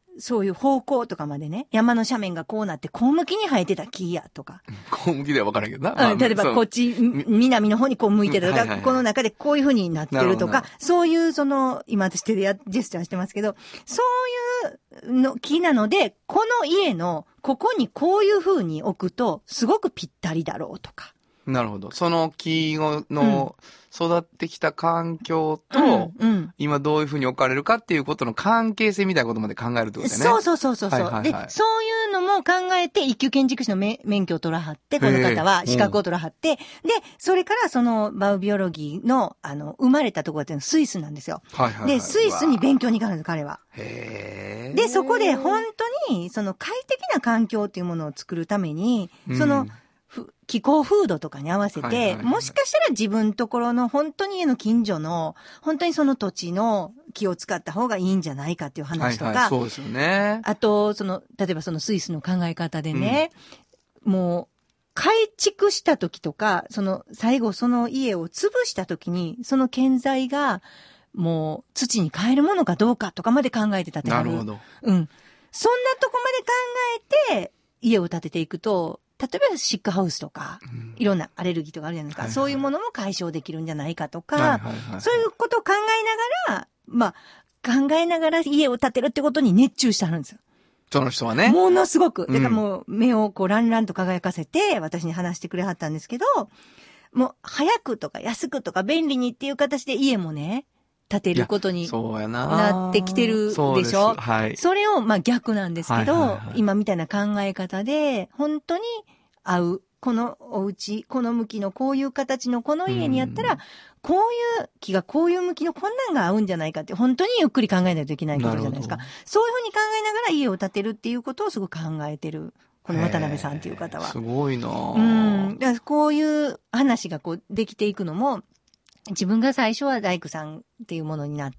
S3: そういう方向とかまでね、山の斜面がこうなって、こう向きに生えてた木やとか。
S2: こう向きでは分からんけどな。
S3: 例えばこっち、南の方にこう向いてたとか、この中でこういう風になってるとか、そういう今私手でジェスチャーしてますけど、そういうの木なので、この家の、ここにこういう風に置くと、すごくぴったりだろうとか。
S2: なるほど。その木の育ってきた環境と、今どういうふうに置かれるかっていうことの関係性みたいなことまで考えるってことだよね。
S3: そう。で、そういうのも考えて、一級建築士の免許を取らはって、この方は資格を取らはって、で、それからそのバウビオロギーの、生まれたところっていうのはスイスなんですよ。で、スイスに勉強に行かはるんです、彼は。で、そこで本当に、その快適な環境っていうものを作るために、気候風土とかに合わせて、もしかしたら自分ところの本当に家の近所の、本当にその土地の木を使った方がいいんじゃないかっていう話とか、
S2: そうですよね。
S3: あと、例えばそのスイスの考え方でね、もう、改築した時とか、最後その家を潰した時に、その建材が、もう土に変えるものかどうかとかまで考えてたってある。
S2: なるほど。
S3: そんなとこまで考えて、家を建てていくと、例えばシックハウスとか、いろんなアレルギーとかあるじゃないですか。そういうものも解消できるんじゃないかとか、そういうことを考えながら、考えながら家を建てるってことに熱中してはるんですよ。
S2: その人はね。
S3: ものすごく。だからもう目をランランと輝かせて、私に話してくれはったんですけど、もう早くとか安くとか便利にっていう形で家もね、建てることになってきてるでしょ。
S2: はい。
S3: それを逆なんですけど、今みたいな考え方で本当に合うこのお家、この向きのこういう形のこの家にやったら、こういう木がこういう向きのこんなんが合うんじゃないかって本当にゆっくり考えないといけないことじゃないですか。そういうふうに考えながら家を建てるっていうことをすごく考えてる。この渡辺さんっていう方は。
S2: すごいな
S3: だからこういう話ができていくのも、自分が最初は大工さんっていうものになって、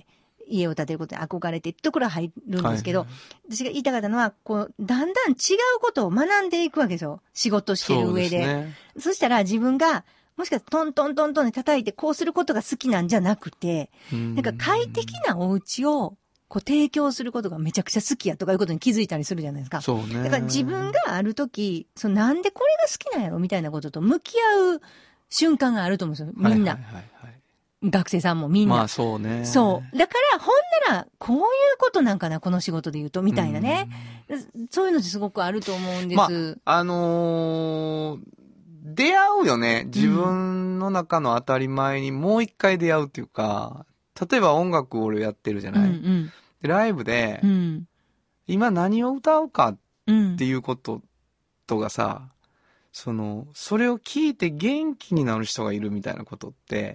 S3: 家を建てることに憧れてってところは入るんですけど、私が言いたかったのは、だんだん違うことを学んでいくわけですよ。仕事してる上で。そしたら自分が、もしかしたらトントントントンで叩いてこうすることが好きなんじゃなくて、なんか快適なお家を提供することがめちゃくちゃ好きやとかいうことに気づいたりするじゃないですか。
S2: そうね。
S3: だから自分があるとき、なんでこれが好きなんやろみたいなことと向き合う瞬間があると思うんですよ。みんな。学生さんもみんな。
S2: そうね。
S3: そう。だから、ほんなら、こういうことなんかな、この仕事で言うと、みたいなね。そういうのってすごくあると思うんです。
S2: 出会うよね。自分の中の当たり前にもう一回出会うっていうか、例えば音楽を俺やってるじゃない。でライブで、今何を歌うかっていうこととかさ、それを聞いて元気になる人がいるみたいなことって、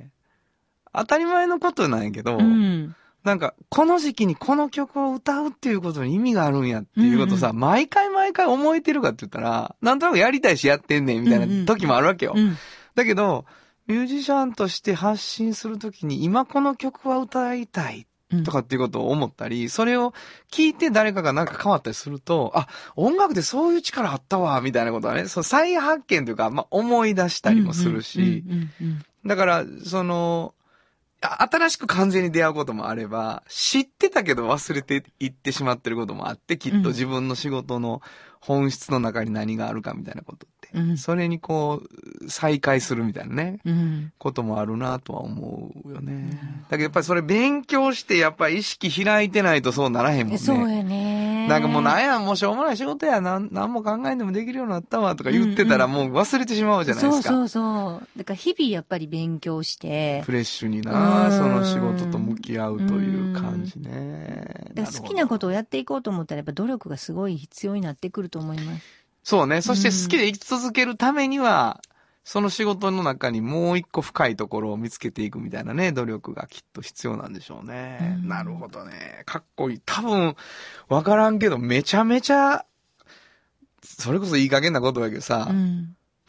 S2: 当たり前のことなんやけど、なんか、この時期にこの曲を歌うっていうことに意味があるんやっていうことさ、毎回思えてるかって言ったら、なんとなくやりたいしやってんねんみたいな時もあるわけよ。だけど、ミュージシャンとして発信するときに、今この曲は歌いたいとかっていうことを思ったり、それを聞いて誰かがなんか変わったりすると、あ、音楽でそういう力あったわ、みたいなことはね、再発見というか、思い出したりもするし、だから、新しく完全に出会うこともあれば、知ってたけど忘れていってしまってることもあって、きっと自分の仕事の本質の中に何があるかみたいなことって、それに再会するみたいなね、こともあるなとは思うよね。だけどやっぱりそれ勉強して、やっぱり意識開いてないとそうならへんもんね。
S3: そうやね。
S2: なんかもうもうしょうもない仕事や、なんも考えんでもできるようになったわとか言ってたらもう忘れてしまうじゃないですか。
S3: そう。だから日々やっぱり勉強して、
S2: フレッシュにその仕事と向き合うという感じね。
S3: 好きなことをやっていこうと思ったらやっぱ努力がすごい必要になってくると思います。
S2: そうね。そして好きで生き続けるためには、その仕事の中にもう一個深いところを見つけていくみたいなね、努力がきっと必要なんでしょうね。なるほどね。かっこいい。多分、わからんけど、めちゃめちゃ、それこそいい加減なことだけどさ、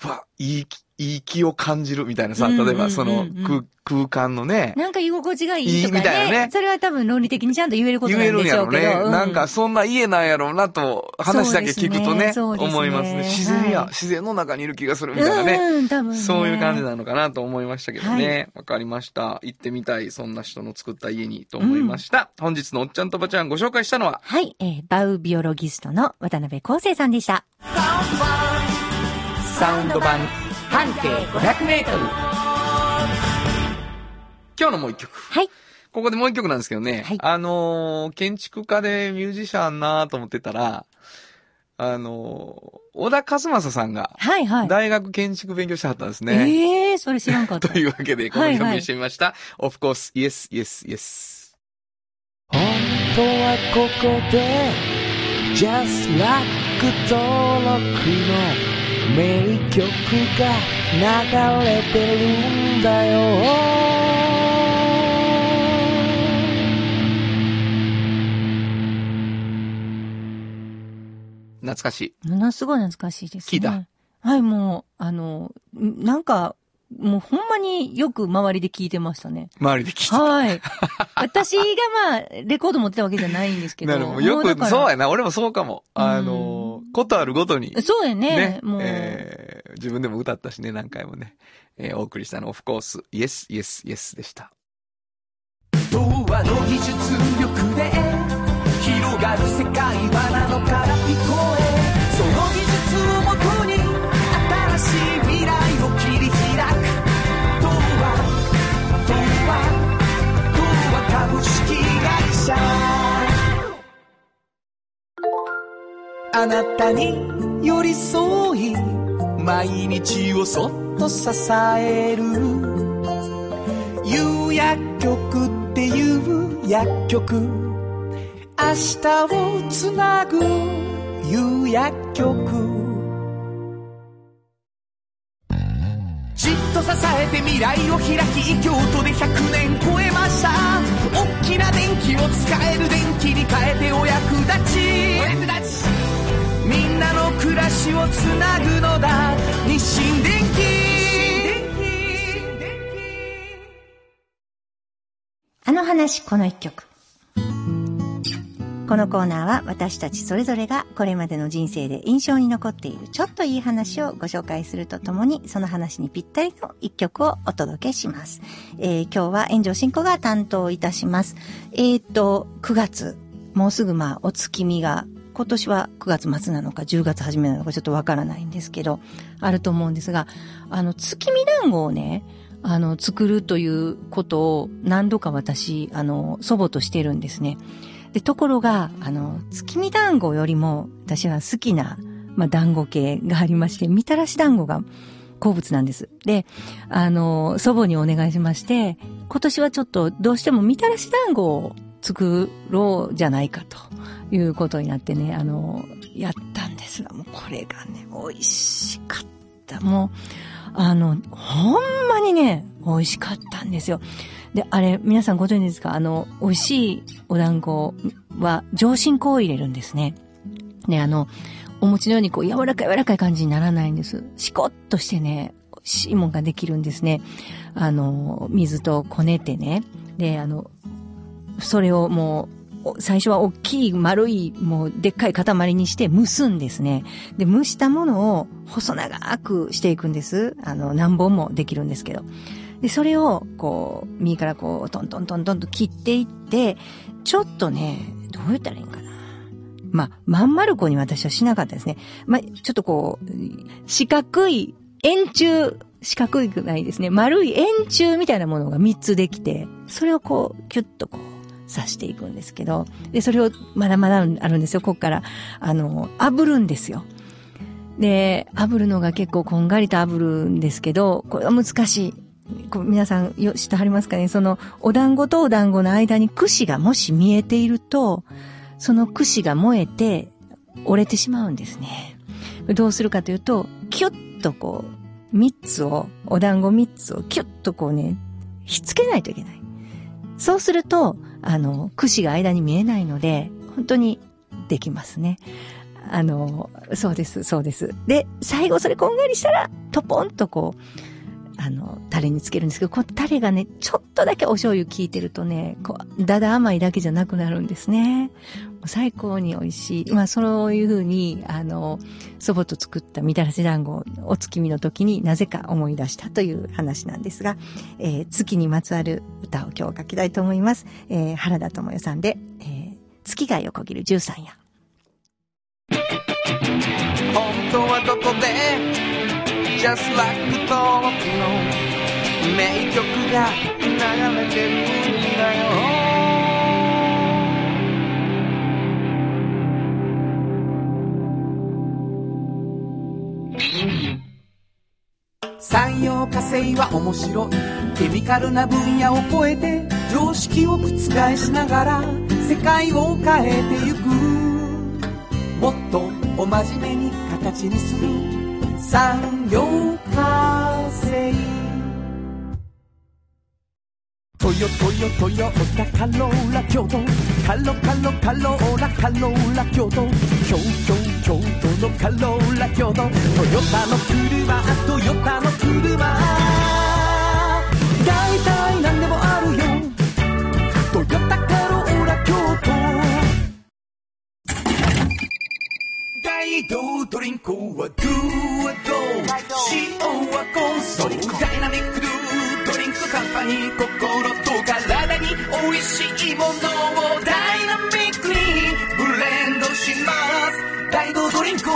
S2: いい気を感じるみたいなさ、例えばその空間のね。
S3: なんか居心地がいいとかね。
S2: みたいなね。
S3: それは多分論理的にちゃんと言えることなんでしょうけど。言えるんやろ
S2: ね。なんかそんな家なんやろうなと、話だけ聞くとね、思いますね。自然の中にいる気がするみたいなね。多分ね。そういう感じなのかなと思いましたけどね。わかりました。行ってみたい、そんな人の作った家にと思いました。本日のおっちゃんとばちゃんご紹介したのは、
S3: はい、バウビオロギストの渡辺康生さんでした。
S4: サウンド版半径500メートル。
S2: 今日のもう一曲。
S3: はい。
S2: ここでもう一曲なんですけどね。はい、建築家でミュージシャンなと思ってたら、小田和正さんが、はいはい。大学建築勉強してはったんですね。
S3: それ知らんかった。
S2: というわけで、この曲にしてみました。Of course, yes, yes, yes.
S4: 本当はここで、Just Like 登録の名曲が流れてるんだよ。
S2: 懐かしい。
S3: ものすごい懐かしいですね。
S2: 聞いた？
S3: はい、もう、なんか、もうほんまによく周りで聞いてましたね。
S2: 周りで聞いてた。
S3: はい。私がまあ、レコード持ってたわけじゃないんですけど。
S2: なるほど。よく、そうやな。俺もそうかも。ことあるごとに。
S3: そうやね。もう。
S2: 自分でも歌ったしね、何回もね。お送りしたの、Of course, yes, yes, yes でした。
S4: 童話の技術力で広がる世界はなのから聞こえ。その技術をもとに新しい未来を切り開く。童話株式会社。あなたに寄り添い毎日をそっと支える有薬局っていう薬局、明日をつなぐ有薬局。じっと支えて未来を開き、京都で100年超えました。大きな電気を使える電気に変えてお役立ち。みんなの暮らしをつなぐのだ、日清電気。
S3: あの話この一曲。このコーナーは私たちそれぞれがこれまでの人生で印象に残っているちょっといい話をご紹介するとともに、その話にぴったりの一曲をお届けします。今日は炎上真子が担当いたします。9月、もうすぐお月見が、今年は9月末なのか10月初めなのかちょっとわからないんですけど、あると思うんですが、月見団子をね、作るということを何度か私、祖母としてるんですね。で、ところが、月見団子よりも私は好きな、団子系がありまして、みたらし団子が好物なんです。で、祖母にお願いしまして、今年はちょっとどうしてもみたらし団子を作ろうじゃないかということになってね、やったんですが、もうこれがね、美味しかった。もう、ほんまにね、美味しかったんですよ。で、あれ、皆さんご存知ですか？美味しいお団子は上新粉を入れるんですね。で、お餅のようにこう柔らかい感じにならないんです。しこっとしてね、美味しいもんができるんですね。水とこねてね。で、それをもう、最初は大きい丸い、もうでっかい塊にして蒸すんですね。で、蒸したものを細長くしていくんです。何本もできるんですけど。で、それを、こう、右からこう、トントンと切っていって、ちょっとね、どう言ったらいいんかな。まん丸子に私はしなかったですね。ちょっとこう、四角いくないですね。丸い円柱みたいなものが3つできて、それをこう、キュッとこう、刺していくんですけど、で、それをまだあるんですよ。こっから、炙るんですよ。で、炙るのが結構こんがりと炙るんですけど、これは難しい。皆さん知ってはりますかね？その、お団子とお団子の間に串がもし見えていると、その串が燃えて折れてしまうんですね。どうするかというと、キュッとこう、お団子3つをキュッとこうね、ひっつけないといけない。そうすると、串が間に見えないので、本当にできますね。 そうです。で、最後それこんがりしたら、トポンとこう、タレにつけるんですけど、このタレがね、ちょっとだけお醤油効いてるとね、こう、だだ甘いだけじゃなくなるんですね。最高に美味しい。まあ、そういう風に、祖母と作ったみたらし団子をお月見の時になぜか思い出したという話なんですが、月にまつわる歌を今日書きたいと思います。原田知世さんで、月が横切る13夜。
S2: 本当はどこでJust like 登録の名曲が流れてるんだよ。
S4: 産業化成は面白い。ケミカルな分野を超えて常識を覆しながら世界を変えてゆく。もっとお真面目に形にする産業化成。トヨタカローラ京都、カローラ京都、京都のカローラ京都、トヨタの車、だいたいなんでもあるよ、トヨタカローラ京都。大道ドリンクはドゥはド塩はコンソリダイナミックドゥドリンクカンパニー、心と体に美味しいものをダイナミックにブレンドします。大道ドリンク、もの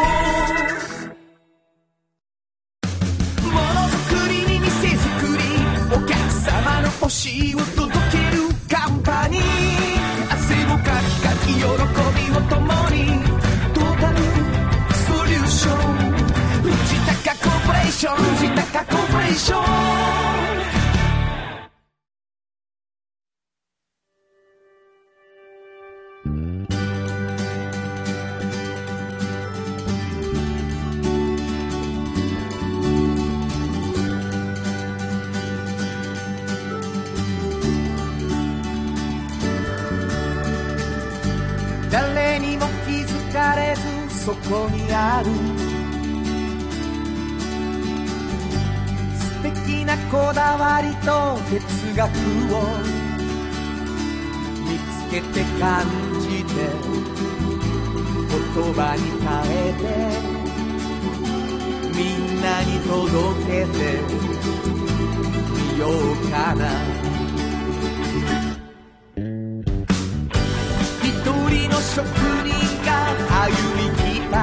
S4: づくりに店づくり、お客様の欲しいを届けるカンパニー、汗をかき喜びを共にトータルソリューション、藤高コーポレーション。誰にも気づかれずそこにある素敵なこだわりと哲学を見つけて感じて言葉に変えてみんなに届けてみようかな。職人が歩み来た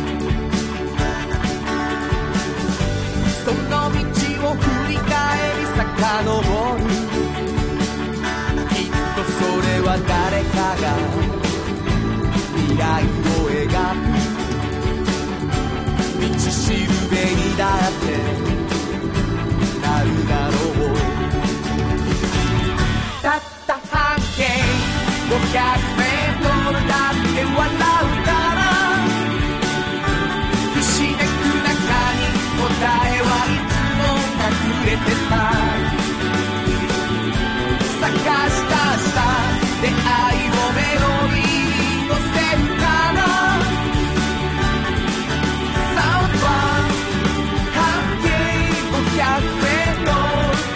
S4: その道を振り返り遡る、きっとそれは誰かが未来を描く道しるべにだってなるだろう。たった半径500メートルだって笑うからひしめく中に答えはいつも隠れてた。探し出した出会いをメロディーに乗せるかな。3番半径500メートル、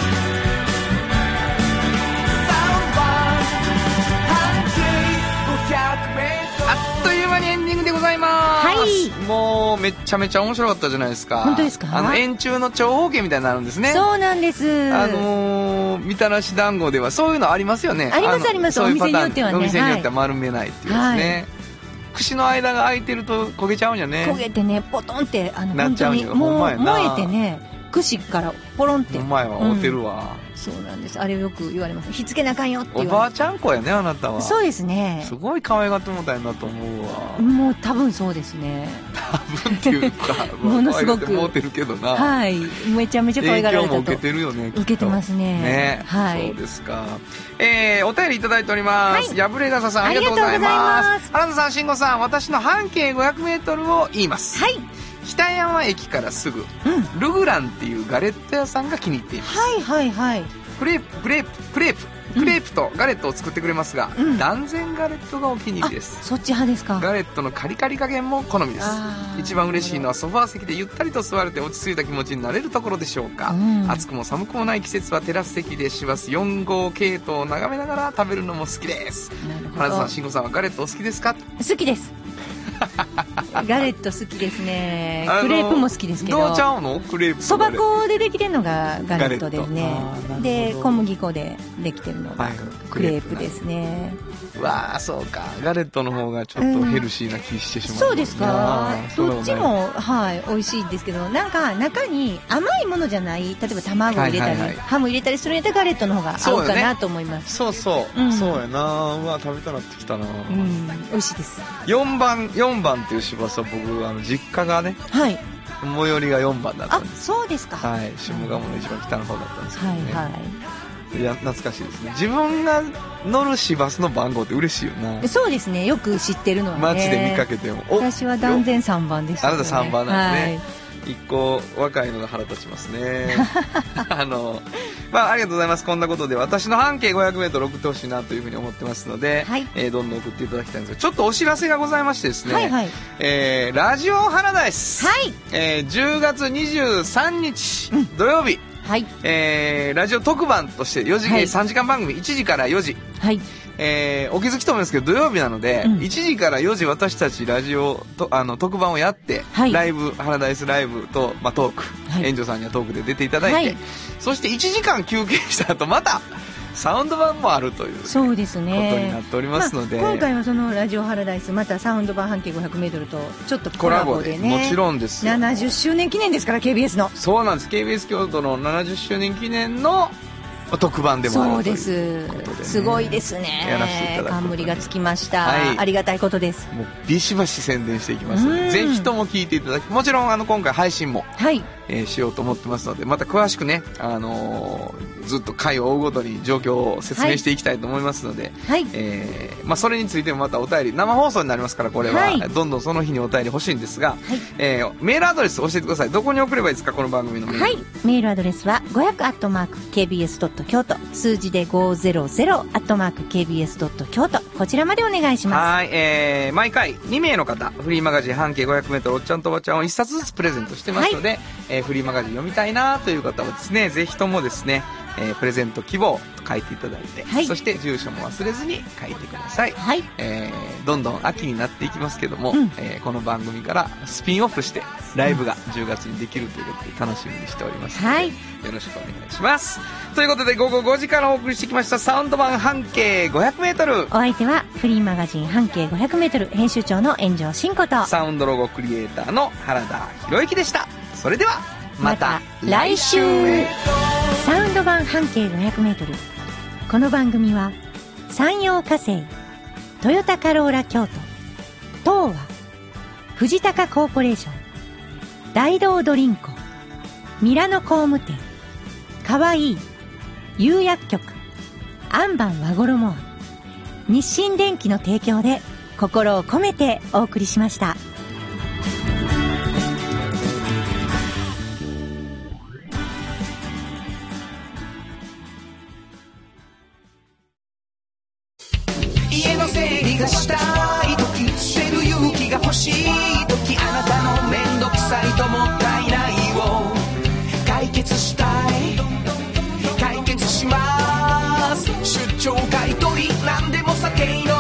S2: あっという間にエンディングでございます。はい。もうめちゃめちゃ面白かったじゃないですか。
S3: 本当ですか？
S2: 円柱の長方形みたいになるんですね。
S3: そうなんです。
S2: みたらし団子ではそういうのありますよね。
S3: あります。お店によってはね。
S2: お店によっては丸めないっていうですね。はい、串の間が空いてると焦げちゃうんじゃね。
S3: 焦げてね、ポトンって本当にもう燃えてね、串からポロンって。
S2: お前は合うてるわ。
S3: そうなんです。あれよく言われます。火付けなあかんよって言われ
S2: おばあちゃん子やね、あなたは。
S3: そうですね。
S2: すごい可愛がってもたいなと思うわ。
S3: もう多分そうですね。
S2: 多分っていうか
S3: ものすごく
S2: 思ってるけどな。
S3: はい。めちゃめちゃ可愛がられたと。
S2: 影響も受けてるよね。
S3: 受けてますね。
S2: ね。
S3: はい。
S2: そうですか。お便りいただいております。やぶれがささん、ありがとうございます。原田さん、慎吾さん、私の半径500メートルを言います。
S3: はい。
S2: 北山駅からすぐ、ルグランっていうガレット屋さんが気に入っています。
S3: はい。
S2: クレープとガレットを作ってくれますが、断然ガレットがお気に入りです。
S3: そっち派ですか。
S2: ガレットのカリカリ加減も好みです。一番嬉しいのはソファー席でゆったりと座れて落ち着いた気持ちになれるところでしょうか。暑くも寒くもない季節はテラス席で師走4号系統を眺めながら食べるのも好きです。花田さん、慎吾さんはガレットお好きですか？
S3: 好きですガレット好きですね。クレープも好きですけど。
S2: どうちゃうの？クレープ
S3: そば粉でできてるのがガレットですね。で小麦粉でできてるのがクレープですね。
S2: わあ、そうか。ガレットの方がちょっとヘルシーな気してしまう、
S3: そうですか。どっちも美味しいですけど、なんか中に甘いものじゃない、例えば卵を入れたり、ハム入れたりするんやったらガレットの方が合うかなと思います。
S2: そうやな。うわ、食べたなってきたな。
S3: 美味しいです。
S2: 4番っていう市バスは僕実家がね、最寄りが4番だったんです。
S3: そうですか。
S2: 下鴨の一番北の方だったんですけどね。いや、懐かしいですね。自分が乗る市バスの番号って嬉しいよな。
S3: そうですね。よく知ってるのはね。街
S2: で見かけても。
S3: 私は断然3番でしたね。
S2: あなた3番なんですね。一個若いのが腹立ちますね。ありがとうございます。こんなことで私の半径 500m 送ってほしいなというふうに思ってますので、どんどん送っていただきたいんですが、ちょっとお知らせがございましてですね、ラジオハラダイス、10月23日、土曜日、ラジオ特番として3時間番組1時から4時、お気づきと思いますけど土曜日なので、1時から4時私たちラジオと特番をやって、ライブハラダイスライブと、トーク、園長さんにはトークで出ていただいて、そして1時間休憩した後またサウンド版もあるという
S3: そうですね
S2: ことになっておりますので、
S3: 今回はそのラジオハラダイスまたサウンド版半径 500m とちょっとコラボでね、
S2: もちろんですよ。
S3: 70周年記念ですから KBS の。
S2: そうなんです。 KBS 京都の70周年記念の特番でもあるということで、
S3: すごいですね。
S2: やらせていただく
S3: 冠がつきました、ありがたいことです。
S2: もうビシバシ宣伝していきますので、ぜひとも聞いていただき、もちろん今回配信も、しようと思ってますので、また詳しくね、ずっと回を追うごとに状況を説明していきたいと思いますので、それについてもまたお便り、生放送になりますから、これは、どんどんその日にお便り欲しいんですが、メールアドレス教えてください。どこに送ればいいですか、この番組のメール。
S3: メールアドレスは 500@kbs.京都、数字で 500@kbs.京都、こちらまでお願いします。
S2: 毎回2名の方、フリーマガジン半径 500m おっちゃんとおばちゃんを1冊ずつプレゼントしてますので、フリーマガジン読みたいなという方はですね、ぜひともですね、プレゼント希望と書いていただいて、そして住所も忘れずに書いてください。どんどん秋になっていきますけども、この番組からスピンオフしてライブが10月にできるということで楽しみにしておりますので、よろしくお願いします。ということで午後5時からお送りしてきましたサウンド版半径 500m、
S3: お相手はフリーマガジン半径 500m 編集長の炎上真子と
S2: サウンドロゴクリエイターの原田博之でした。それではまた来週。
S3: サウンド版半径 500m、 この番組は山陽火星、トヨタカローラ京都、東和、藤高コーポレーション、大道ドリンコ、ミラノ工務店、かわいい、釉薬局、アンバン和衣庵、日清電機の提供で心を込めてお送りしました。
S4: 家の整理がしたい時、捨てる勇気が欲しい時、あなたの面倒くさいともったいないを解決したい、解決します。出張買い取りなんでも査定の